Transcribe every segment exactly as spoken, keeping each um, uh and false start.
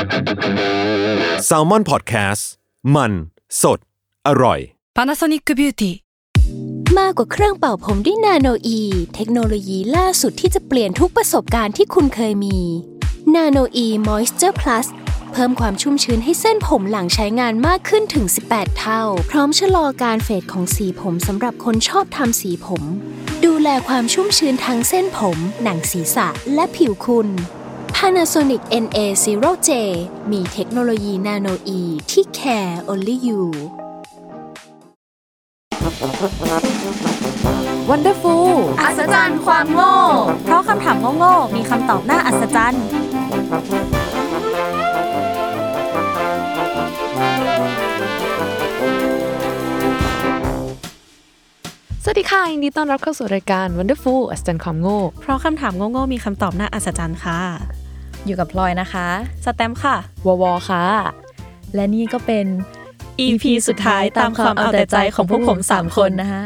Salmon Podcast มันสดอร่อย Panasonic Beauty มากกว่าเครื่องเป่าผมด้วยนาโนอีเทคโนโลยีล่าสุดที่จะเปลี่ยนทุกประสบการณ์ที่คุณเคยมีนาโนอีมอยส์เจอร์พลัสเพิ่มความชุ่มชื้นให้เส้นผมหลังใช้งานมากขึ้นถึงสิบแปดเท่าพร้อมชะลอการเฟดของสีผมสำหรับคนชอบทำสีผมดูแลความชุ่มชื้นทั้งเส้นผมหนังศีรษะและผิวคุณ Panasonic เอ็น เอ ศูนย์ เจ มีเทคโนโลยีนาโนอีที่ care only you Wonderful อัศจรรย์ความโง่เพราะคำถามโง่ๆมีคำตอบน่าอัศจรรย์สวัสดีค่ะยินดีต้อนรับเข้าสู่รายการ Wonderful อัศจรรย์ความโง่เพราะคำถามโง่ๆมีคำตอบน่าอัศจรรย์ค่ะอยู่กับพลอยนะคะสแตมป์ค่ะววค่ะและนี่ก็เป็นอี พี สุดท้ายตามความเอาแต่ใจของพวกผมสามคนนะคะ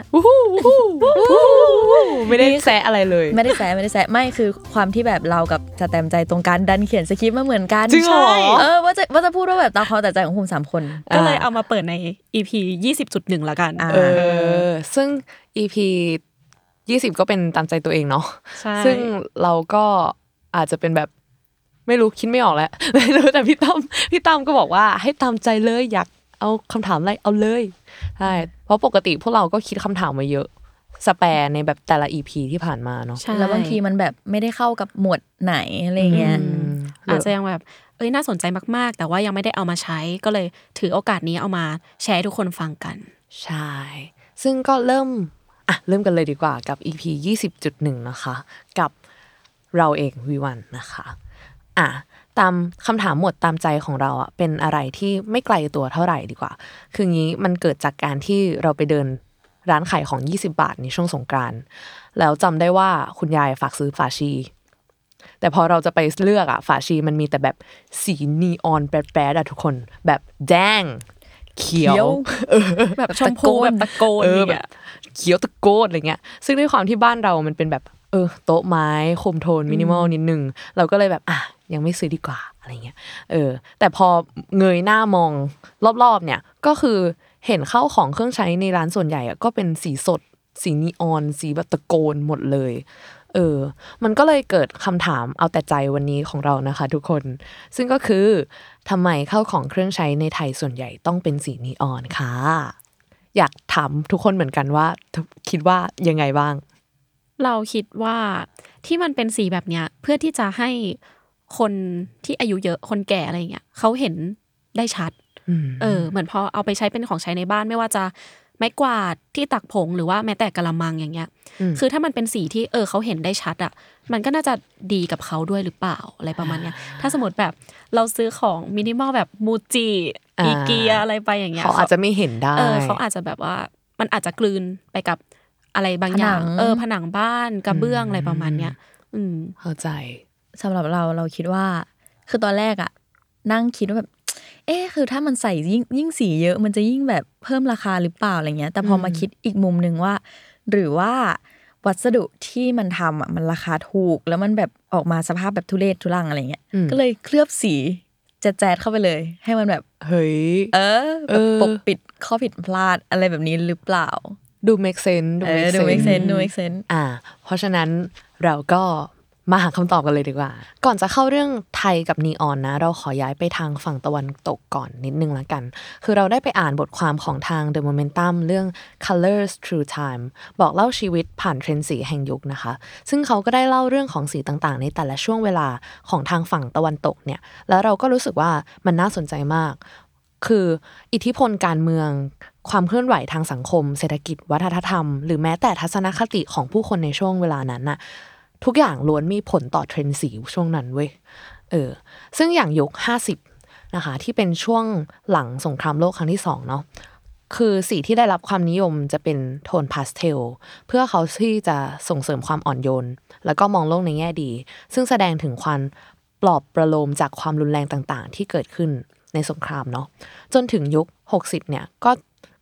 ไม่ได้แซะอะไรเลยไม่ได้แซะไม่ได้แซะไม่คือความที่แบบเรากับสแตมใจตรงกันดันเขียนสคริปต์มาเหมือนกันจริงเหรอเออว่าจะว่าจะพูดว่าแบบตามความเอาแต่ใจของพวกผมสามคนก็เลยเอามาเปิดใน อี พี ยี่สิบจุดหนึ่ง ละกันเออซึ่ง อี พี ยี่สิบก็เป็นตามใจตัวเองเนาะซึ่งเราก็อาจจะเป็นแบบไม่รู้คิดไม่ออกแล้วไม่รู้แต่พี่ตั้มพี่ตั้มก็บอกว่าให้ตามใจเลยอยากเอาคำถามอะไรเอาเลยใช่เพราะปกติพวกเราก็คิดคำถามมาเยอะสแปร์ในแบบแต่ละ อี พี ที่ผ่านมาเนาะแล้วบางทีมันแบบไม่ได้เข้ากับหมวดไหนอะไรเงี้ยอาจจะยังแบบเอ้ยน่าสนใจมากๆแต่ว่ายังไม่ได้เอามาใช้ก็เลยถือโอกาสนี้เอามาแชร์ให้ทุกคนฟังกันใช่ซึ่งก็เริ่มอ่ะเริ่มกันเลยดีกว่ากับ อี พี ยี่สิบจุดหนึ่ง นะคะกับเราเอง วี วัน นะคะอ่ะตามคำถามหมวดตามใจของเราอ่ะเป็นอะไรที่ไม่ไกลตัวเท่าไหร่ดีกว่าคืองี้มันเกิดจากการที่เราไปเดินร้านขายของยี่สิบบาทในช่วงสงกรานต์แล้วจำได้ว่าคุณยายฝากซื้อฝาชีแต่พอเราจะไปเลือกอ่ะฝาชีมันมีแต่แบบสีนีออนแปรๆอ่ะทุกคนแบบแดงเขียวแบบชมพูแบบตะโกนเนี่ยเขียวตะโกนอะไรเงี้ยซึ่งด้วยความที่บ้านเรามันเป็นแบบเออโต๊ะไม้คุมโทนมินิมอลนิดนึงเราก็เลยแบบอ่ะยังไม่ซื้อดีกว่าอะไรเงี้ยเออแต่พอเงยหน้ามองรอบๆเนี่ยก็คือเห็นเข้าของเครื่องใช้ในร้านส่วนใหญ่อ่ะก็เป็นสีสดสีนีออนสีแบบตะโกนหมดเลยเออมันก็เลยเกิดคำถามเอาแต่ใจวันนี้ของเรานะคะทุกคนซึ่งก็คือทำไมเข้าของเครื่องใช้ในไทยส่วนใหญ่ต้องเป็นสีนีออนค่ะอยากถามทุกคนเหมือนกันว่าคิดว่ายังไงบ้างเราคิดว่าที่มันเป็นสีแบบเนี้ยเพื่อที่จะให้คนที่อายุเยอะคนแก่อะไรเงี้ยเขาเห็นได้ชัดเออเหมือนพอเอาไปใช้เป็นของใช้ในบ้านไม่ว่าจะไม้กวาดที่ตักผงหรือว่าแม้แต่กะละมังอย่างเงี้ยคือถ้ามันเป็นสีที่เออเขาเห็นได้ชัดอ่ะมันก็น่าจะดีกับเขาด้วยหรือเปล่าอะไรประมาณเนี้ยถ้าสมมติแบบเราซื้อของมินิมอลแบบมูจิอีเกียอะไรไปอย่างเงี้ยเขาอาจจะไม่เห็นได้เออเขาอาจจะแบบว่ามันอาจจะกลืนไปกับอะไรบางอย่างเออผนังบ้านกระเบื้องอะไรประมาณเนี้ยอืมเข้าใจสำหรับเราเราคิดว่าคือตอนแรกอะนั่งคิดว่าแบบเอ๊ะคือถ้ามันใส่ยิ่งยิ่งสีเยอะมันจะยิ่งแบบเพิ่มราคาหรือเปล่าอะไรเงี้ยแต่พอมาคิดอีกมุมนึงว่าหรือว่าวัสดุที่มันทำอะมันราคาถูกแล้วมันแบบออกมาสภาพแบบทุเรศทุรังอะไรเงี้ยก็เลยเคลือบสีแจ๊ดๆเข้าไปเลยให้มันแบบเฮ้ยเออแบบปกปิดข้อผิดพลาดอะไรแบบนี้หรือเปล่าดู make sense ดู make sense ดู make sense ดู make sense อ่าเพราะฉะนั้นเราก็มาหาคำตอบกันเลยดีกว่าก่อนจะเข้าเรื่องไทยกับนีออนนะเราขอย้ายไปทางฝั่งตะวันตกก่อนนิดนึงละกันคือเราได้ไปอ่านบทความของทาง The Momentum เรื่อง Colors Through Time บอกเล่าชีวิตผ่านเทรนด์สีแห่งยุคนะคะซึ่งเขาก็ได้เล่าเรื่องของสีต่างๆในแต่ละช่วงเวลาของทางฝั่งตะวันตกเนี่ยแล้วเราก็รู้สึกว่ามันน่าสนใจมากคืออิทธิพลการเมืองความเคลื่อนไหวทางสังคมเศรษฐกิจวัฒนธรรมหรือแม้แต่ทัศนคติของผู้คนในช่วงเวลานั้นน่ะทุกอย่างล้วนมีผลต่อเทรนด์สีช่วงนั้นเว้ยเออซึ่งอย่างยุคห้าสิบนะคะที่เป็นช่วงหลังสงครามโลกครั้งที่สองเนาะคือสีที่ได้รับความนิยมจะเป็นโทนพาสเทลเพื่อเขาที่จะส่งเสริมความอ่อนโยนแล้วก็มองโลกในแง่ดีซึ่งแสดงถึงความปลอบประโลมจากความรุนแรงต่างๆที่เกิดขึ้นในสงครามเนาะจนถึงยุคหกสิบเนี่ยก็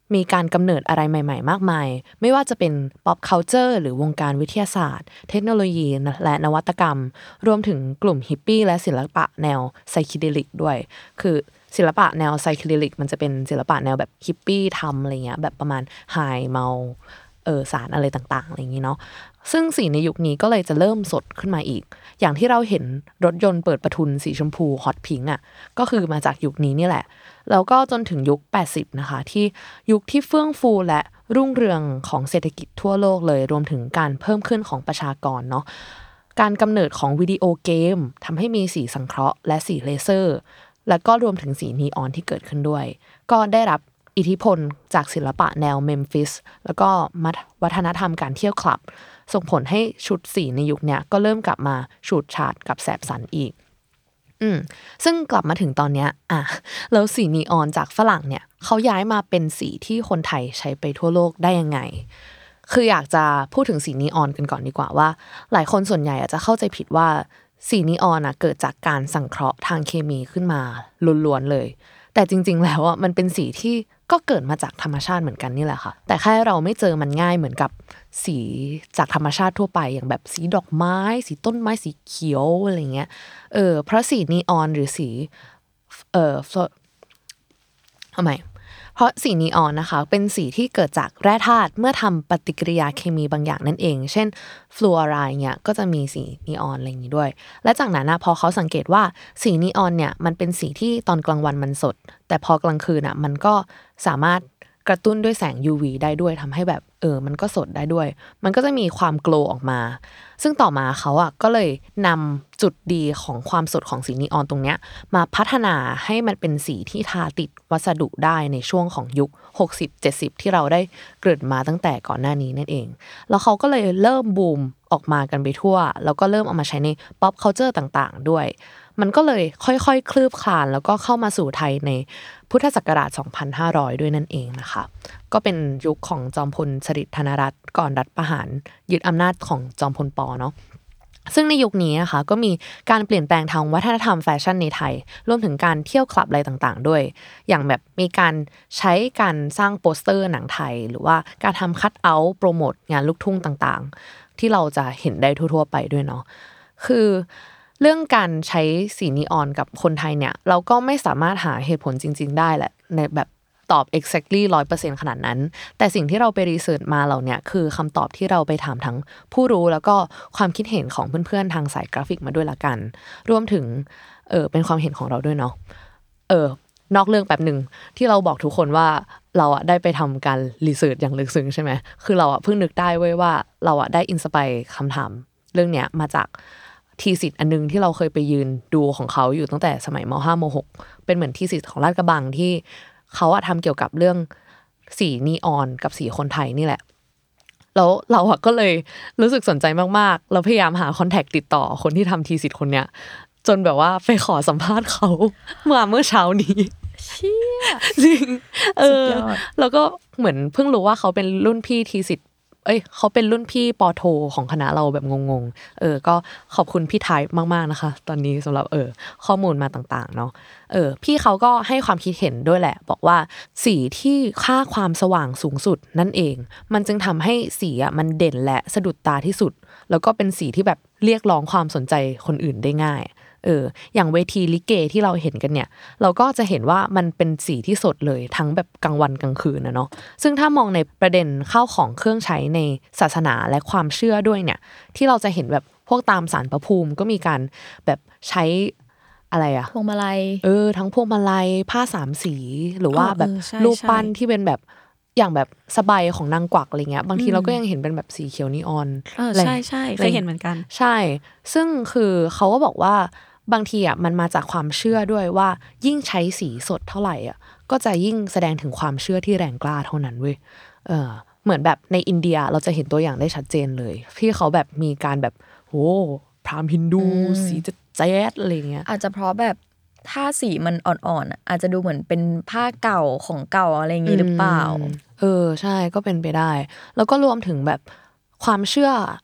มีการกำเนิดอะไรใหม่ๆมากมายไม่ว่าจะเป็น pop culture หรือวงการวิทยาศาสตร์เทคโนโลยีและนวัตกรรมรวมถึงกลุ่มฮิปปี้และศิลปะแนวไซคิเดลิกด้วยคือศิลปะแนวไซคิเดลิกมันจะเป็นศิลปะแนวแบบฮิปปี้ทำอะไรเงี้ยแบบประมาณไฮเมาเออสารอะไรต่างๆอะไรอย่างงี้เนาะซึ่งสีในยุคนี้ก็เลยจะเริ่มสดขึ้นมาอีกอย่างที่เราเห็นรถยนต์เปิดประทุนสีชมพูฮอตพิงค์อ่ะก็คือมาจากยุคนี้นี่แหละแล้วก็จนถึงยุคแปดสิบนะคะที่ยุคที่เฟื่องฟูและรุ่งเรืองของเศรษฐกิจทั่วโลกเลยรวมถึงการเพิ่มขึ้นของประชากรเนาะการกำเนิดของวิดีโอเกมทำให้มีสีสังเคราะห์และสีเลเซอร์แล้วก็รวมถึงสีนีออนที่เกิดขึ้นด้วยก็ได้รับอิทธิพลจากศิลปะแนวเมมฟิสแล้วก็วัฒนธรรมการเที่ยวคลับส่งผลให้ชุดสีในยุคนี้ก็เริ่มกลับมาฉูดฉาดกับแสบสันอีกอืมซึ่งกลับมาถึงตอนเนี้ยอ่ะแล้วสีนีออนจากฝรั่งเนี่ยเขาย้ายมาเป็นสีที่คนไทยใช้ไปทั่วโลกได้ยังไงคืออยากจะพูดถึงสีนีออนกันก่อนดีกว่าว่าหลายคนส่วนใหญ่อาจจะเข้าใจผิดว่าสีนีออนอ่ะเกิดจากการสังเคราะห์ทางเคมีขึ้นมาล้วนๆเลยแต่จริงๆแล้วอ่ะมันเป็นสีที่ก็เกิดมาจากธรรมชาติเหมือนกันนี่แหละค่ะแต่แค่เราไม่เจอมันง่ายเหมือนกับสีจากธรรมชาติทั่วไปอย่างแบบสีดอกไม้สีต้นไม้สีเขียวอะไรเงี้ยเออเพราะสีนีออนหรือสีเอ่อทำไมเพราะสีนีออนนะคะเป็นสีที่เกิดจากแร่ธาตุเมื่อทำปฏิกิริยาเคมีบางอย่างนั่นเองเช่นฟลูออไรด์เนี่ยก็จะมีสีนีออนอะไรอย่างนี้ด้วยและจากนั้นนะพอเขาสังเกตว่าสีนีออนเนี่ยมันเป็นสีที่ตอนกลางวันมันสดแต่พอกลางคืนอ่ะมันก็สามารถกระตุ้นด้วยแสง ยู วี ได้ด้วยทำให้แบบเออมันก็สดได้ด้วยมันก็จะมีความโกลว์ออกมาซึ่งต่อมาเขาอ่ะก็เลยนำจุดดีของความสดของสีนีออนตรงเนี้ยมาพัฒนาให้มันเป็นสีที่ทาติดวัสดุได้ในช่วงของยุคหกสิบ เจ็ดสิบที่เราได้เกิดมาตั้งแต่ก่อนหน้านี้นั่นเองแล้วเขาก็เลยเริ่มบูมออกมากันไปทั่วแล้วก็เริ่มเอามาใช้ใน pop culture ต่างๆด้วยมันก็เลยค่อยๆคลืบคลานแล้วก็เข้ามาสู่ไทยในพุทธศักราชสองพันห้าร้อยด้วยนั่นเองนะคะก็เป็นยุคของจอมพลสฤษดิ์ธนรัตน์ก่อนรัฐประหารยึดอำนาจของจอมพลป.เนาะซึ่งในยุคนี้นะคะก็มีการเปลี่ยนแปลงทางวัฒนธรรมแฟชั่นในไทยรวมถึงการเที่ยวคลับอะไรต่างๆด้วยอย่างแบบมีการใช้การสร้างโปสเตอร์หนังไทยหรือว่าการทำคัทเอาท์โปรโมทงานลูกทุ่งต่างๆที่เราจะเห็นได้ทั่วๆไปด้วยเนาะคือเรื่องการใช้สีนีออนกับคนไทยเนี่ยเราก็ไม่สามารถหาเหตุผลจริงๆได้แหละในแบบตอบ exactly หนึ่งร้อยเปอร์เซ็นต์ ขนาดนั้นแต่สิ่งที่เราไปรีเสิร์ชมาเหล่านี้คือคำตอบที่เราไปถามทั้งผู้รู้แล้วก็ความคิดเห็นของเพื่อนๆทางสายกราฟิกมาด้วยละกันรวมถึงเออเป็นความเห็นของเราด้วยเนาะเออนอกเรื่องแป๊บนึงที่เราบอกทุกคนว่าเราอะได้ไปทำการรีเสิร์ชอย่างลึกซึ้งใช่ไหมคือเราอะเพิ่งนึกได้เว้ยว่าเราอะได้อินสไปร์คำถามเรื่องเนี้ยมาจากทีสิทธ์อันนึงที่เราเคยไปยืนดูของเขาอยู่ตั้งแต่สมัยม.ห้า ม.หก เป็นเหมือนทีสิทธ์ของลาดกระบังที่เขาอะทำเกี่ยวกับเรื่องสีนีออนกับสีคนไทยนี่แหละแล้วเราอะก็เลยรู้สึกสนใจมากๆเราพยายามหาคอนแทคติดต่อคนที่ทำทีสิทธ์คนเนี้ยจนแบบว่าไปขอสัมภาษณ์เขาเมื่อเมื่อเช้านี้เชี่ยจริงเออแล้วก็เหมือนเพิ่งรู้ว่าเขาเป็นรุ่นพี่ทีสิทธ์เอ้ยเขาเป็นรุ่นพี่ป.โทของคณะเราแบบงงๆเออก็ขอบคุณพี่ไทยมากๆนะคะตอนนี้สำหรับเออข้อมูลมาต่างๆเนาะเออพี่เขาก็ให้ความคิดเห็นด้วยแหละบอกว่าสีที่ค่าความสว่างสูงสุดนั่นเองมันจึงทำให้สีอ่ะมันเด่นและสะดุดตาที่สุดแล้วก็เป็นสีที่แบบเรียกร้องความสนใจคนอื่นได้ง่ายเอออย่างเวทีลิเกที่เราเห็นกันเนี่ยเราก็จะเห็นว่ามันเป็นสีที่สดเลยทั้งแบบกลางวันกลางคืนนะเนาะซึ่งถ้ามองในประเด็นข้าวของเครื่องใช้ในศาสนาและความเชื่อด้วยเนี่ยที่เราจะเห็นแบบพวกตามศาลพระภูมิก็มีการแบบใช้อะไรอะพวงมาลัยเออทั้งพวงมาลัยผ้าสามสีหรือว่าแบบรูปปั้นที่เป็นแบบอย่างแบบสบายของนางกวักอะไรเงี้ยบางทีเราก็ยังเห็นเป็นแบบสีเขียวนีออนเออใช่ใช่เคยเห็นเหมือนกันใช่ซึ่งคือเขาก็บอกว่าบางทีอ่ะมันมาจากความเชื่อด้วยว่ายิ่งใช้สีสดเท่าไหร่อ่ะก็จะยิ่งแสดงถึงความเชื่อที่แรงกล้าเท่านั้นเว้ยเออเหมือนแบบในอินเดียเราจะเห็นตัวอย่างได้ชัดเจนเลยที่เขาแบบมีการแบบโหพราหมณ์ฮินดูสีแจ๊ดอะไรเงี้ยอาจจะเพราะแบบถ้าสีมันอ่อนๆอาจจะดูเหมือนเป็นผ้าเก่าของเก่าอะไรอย่างงี้หรือเปล่าเออใช่ก็เป็นไปได้แล้วก็รวมถึงแบบความเชื่อ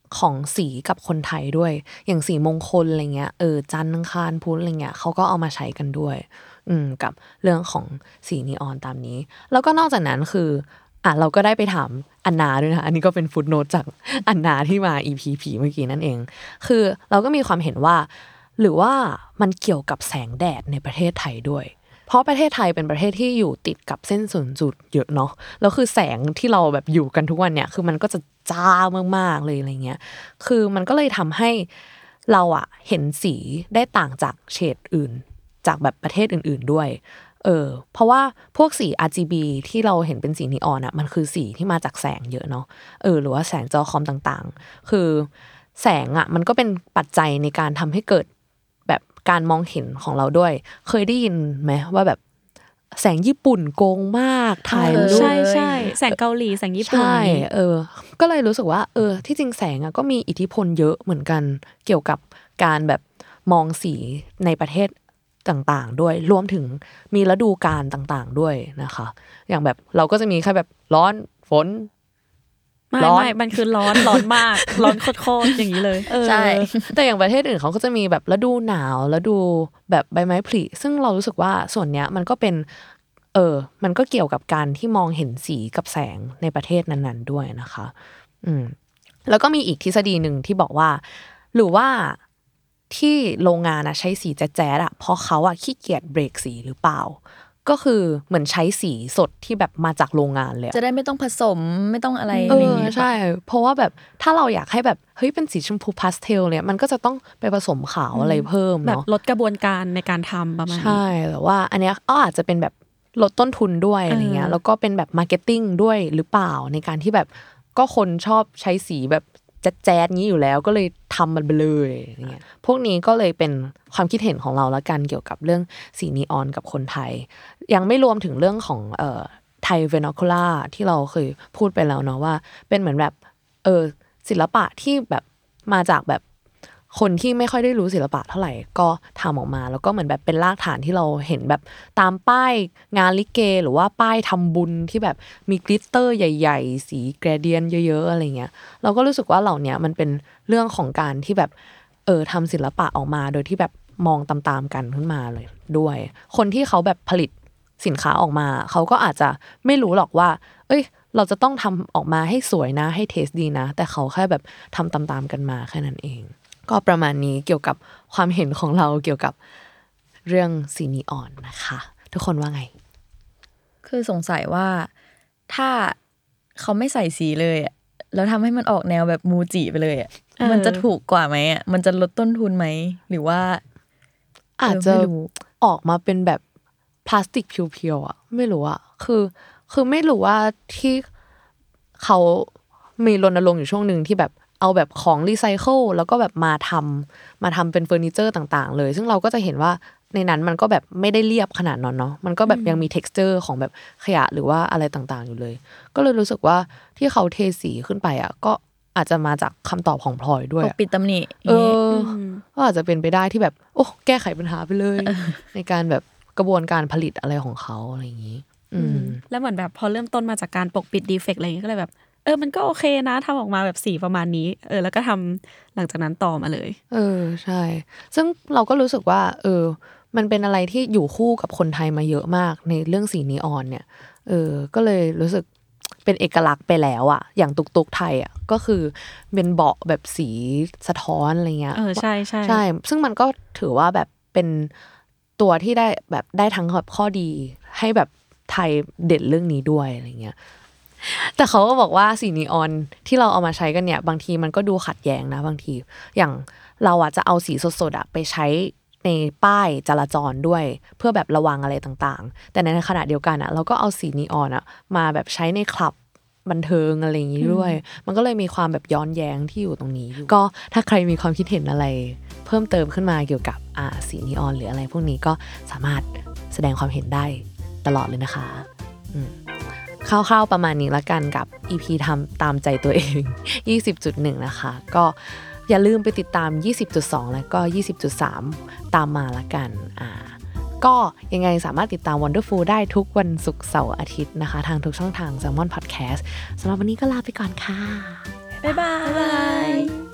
ของสีกับคนไทยด้วยอย่างสีมงคลอะไรเงี้ยเออจันทร์อังคารพุธอะไรเงี้ยเขาก็เอามาใช้กันด้วยอืมกับเรื่องของสีนีออนตามนี้แล้วก็นอกจากนั้นคืออ่ะเราก็ได้ไปถามอันนาด้วยนะอันนี้ก็เป็นฟุตโนตจากอันนาที่มา อี พี ผีเมื่อกี้นั่นเองคือเราก็มีความเห็นว่าหรือว่ามันเกี่ยวกับแสงแดดในประเทศไทยด้วยเพราะประเทศไทยเป็นประเทศที่อยู่ติดกับเส้นศูนย์จุดเยอะเนาะแล้วคือแสงที่เราแบบอยู่กันทุกวันเนี่ยคือมันก็จะจ้ามากๆเลยอะไรเงี้ยคือมันก็เลยทำให้เราอะเห็นสีได้ต่างจากเฉดอื่นจากแบบประเทศอื่นๆด้วยเออเพราะว่าพวกสี อาร์ จี บี ที่เราเห็นเป็นสีนีออนอะมันคือสีที่มาจากแสงเยอะเนาะเออหรือว่าแสงจอคอมต่างๆคือแสงอะมันก็เป็นปัจจัยในการทำให้เกิดแบบการมองเห็นของเราด้วยเคยได้ยินไหมว่าแบบแสงญี่ปุ่นโกงมากถ่ายรูปใช่ใช่แสงเกาหลีแสงญี่ปุ่นใช่เออก็เลยรู้สึกว่าเออที่จริงแสงอะก็มีอิทธิพลเยอะเหมือนกันเกี่ยวกับการแบบมองสีในประเทศต่างๆด้วยรวมถึงมีฤดูกาลต่างๆด้วยนะคะอย่างแบบเราก็จะมีแค่แบบร้อนฝนไม่ไม่มันคือร้อนร้อนมากร้อนโคตรๆอย่างนี้เลยใช่แต่อย่างประเทศอื่นเขาก็จะมีแบบฤดูหนาวฤดูแบบใบไม้ผลิซึ่งเรารู้สึกว่าส่วนเนี้ยมันก็เป็นเออมันก็เกี่ยวกับการที่มองเห็นสีกับแสงในประเทศนั้นๆด้วยนะคะอืมแล้วก็มีอีกทฤษฎีหนึ่งที่บอกว่าหรือว่าที่โรงงานอะใช้สีแจ๊ดๆอะเพราะเขาอะขี้เกียจเบรกสีหรือเปล่าก็คือเหมือนใช้สีสดที่แบบมาจากโรงงานเลยจะได้ไม่ต้องผสมไม่ต้องอะไรเออใช่เพราะว่าแบบถ้าเราอยากให้แบบเฮ้ยเป็นสีชมพูพาสเทลเนี่ยมันก็จะต้องไปผสมขาวอะไรเพิ่มเนาะแบบลดกระบวนการในการทำประมาณนี้ใช่แต่ว่าอันเนี้ยก็อาจจะเป็นแบบลดต้นทุนด้วยอะไรเงี้ยแล้วก็เป็นแบบมาร์เก็ตติ้งด้วยหรือเปล่าในการที่แบบก็คนชอบใช้สีแบบแจ๊ดๆงี้อยู่แล้วก็เลยทำมันไปเลยอย่างเงี้ยพวกนี้ก็เลยเป็นความคิดเห็นของเราละกันเกี่ยวกับเรื่องสีนีออนกับคนไทยยังไม่รวมถึงเรื่องของเอ่อไทยเวโนคูล่าที่เราเคยพูดไปแล้วเนาะว่าเป็นเหมือนแบบเออศิลปะที่แบบมาจากแบบคนที่ไม่ค่อยได้รู้ศิลปะเท่าไหร่ก็ทำออกมาแล้วก็เหมือนแบบเป็นรากฐานที่เราเห็นแบบตามป้ายงานลิเกหรือว่าป้ายทำบุญที่แบบมีกลิตเตอร์ใหญ่ๆสีแกรเดียนเยอะๆอะไรเงี้ยเราก็รู้สึกว่าเหล่านี้มันเป็นเรื่องของการที่แบบเออทำศิลปะออกมาโดยที่แบบมองตามๆกันขึ้นมาเลยด้วยคนที่เขาแบบผลิตสินค้าออกมาเขาก็อาจจะไม่รู้หรอกว่าเอ้ยเราจะต้องทำออกมาให้สวยนะให้เทสดีนะแต่เขาแค่แบบทำตามๆกันมาแค่นั้นเองก็ประมาณนี้เกี่ยวกับความเห็นของเราเกี่ยวกับเรื่องสีนีออนนะคะทุกคนว่าไงคือสงสัยว่าถ้าเขาไม่ใส่สีเลยอ่ะแล้วทำให้มันออกแนวแบบมูจิไปเลยอ่ะมันจะถูกกว่าไหมอ่ะมันจะลดต้นทุนไหมหรือว่าอาจจะออกมาเป็นแบบพลาสติกเพียวๆอ่ะไม่รู้อ่ะคือคือไม่รู้ว่าที่เขามีรณรงค์อยู่ช่วงนึงที่แบบเอาแบบของรีไซเคิลแล้วก็แบบมาทำมาทำเป็นเฟอร์นิเจอร์ต่างๆเลยซึ่งเราก็จะเห็นว่าในนั้นมันก็แบบไม่ได้เรียบขนาดนั้นเนาะมันก็แบบยังมี texture ของแบบขยะหรือว่าอะไรต่างๆอยู่เลยก็เลยรู้สึกว่าที่เขาเทสีขึ้นไปอ่ะก็อาจจะมาจากคำตอบของพลอยด้วยปิดตำหนิเออก็อาจจะเป็นไปได้ที่แบบโอ้แก้ไขปัญหาไปเลยในการแบบกระบวนการผลิตอะไรของเขาอะไรอย่างนี้แล้วเหมือนแบบพอเริ่มต้นมาจากการปกปิดดีเฟกต์อะไรอย่างเงี้ยก็เลยแบบเออมันก็โอเคนะทำออกมาแบบสีประมาณนี้เออแล้วก็ทำหลังจากนั้นต่อมาเลยเออใช่ซึ่งเราก็รู้สึกว่าเออมันเป็นอะไรที่อยู่คู่กับคนไทยมาเยอะมากในเรื่องสีนีออนเนี่ยเออก็เลยรู้สึกเป็นเอกลักษณ์ไปแล้วอะอย่างตุกตุกไทยอะก็คือเป็นเบาะแบบสีสะท้อนอะไรเงี้ยเออใช่ใช่ใช่ซึ่งมันก็ถือว่าแบบเป็นตัวที่ได้แบบได้ทั้งแบบข้อดีให้แบบไทยเด่นเรื่องนี้ด้วยอะไรเงี้ยแต่เขาก็บอกว่าสีนีออนที่เราเอามาใช้กันเนี่ยบางทีมันก็ดูขัดแย้งนะบางทีอย่างเราอ่ะจะเอาสีสดๆอ่ะไปใช้ในป้ายจราจรด้วยเพื่อแบบระวังอะไรต่างๆแต่ในขณะเดียวกันอ่ะเราก็เอาสีนีออนอ่ะมาแบบใช้ในคลับบันเทิงอะไรอย่างนี้ด้วยมันก็เลยมีความแบบย้อนแย้งที่อยู่ตรงนี้อยู่ก็ถ้าใครมีความคิดเห็นอะไรเพิ่มเติมขึ้นมาเกี่ยวกับอ่าสีนีออนหรืออะไรพวกนี้ก็สามารถแสดงความเห็นได้ตลอดเลยนะคะอืมคร่าวๆประมาณนี้ละกันกับ อี พี ทำตามใจตัวเอง ยี่สิบจุดหนึ่ง นะคะก็อย่าลืมไปติดตาม ยี่สิบจุดสอง แล้วก็ ยี่สิบจุดสาม ตามมาละกันอ่าก็ยังไงสามารถติดตาม Wonderful ได้ทุกวันศุกร์เสาร์อาทิตย์นะคะทางทุกช่องทาง Salmon Podcast สำหรับวันนี้ก็ลาไปก่อนค่ะบ๊ายบาย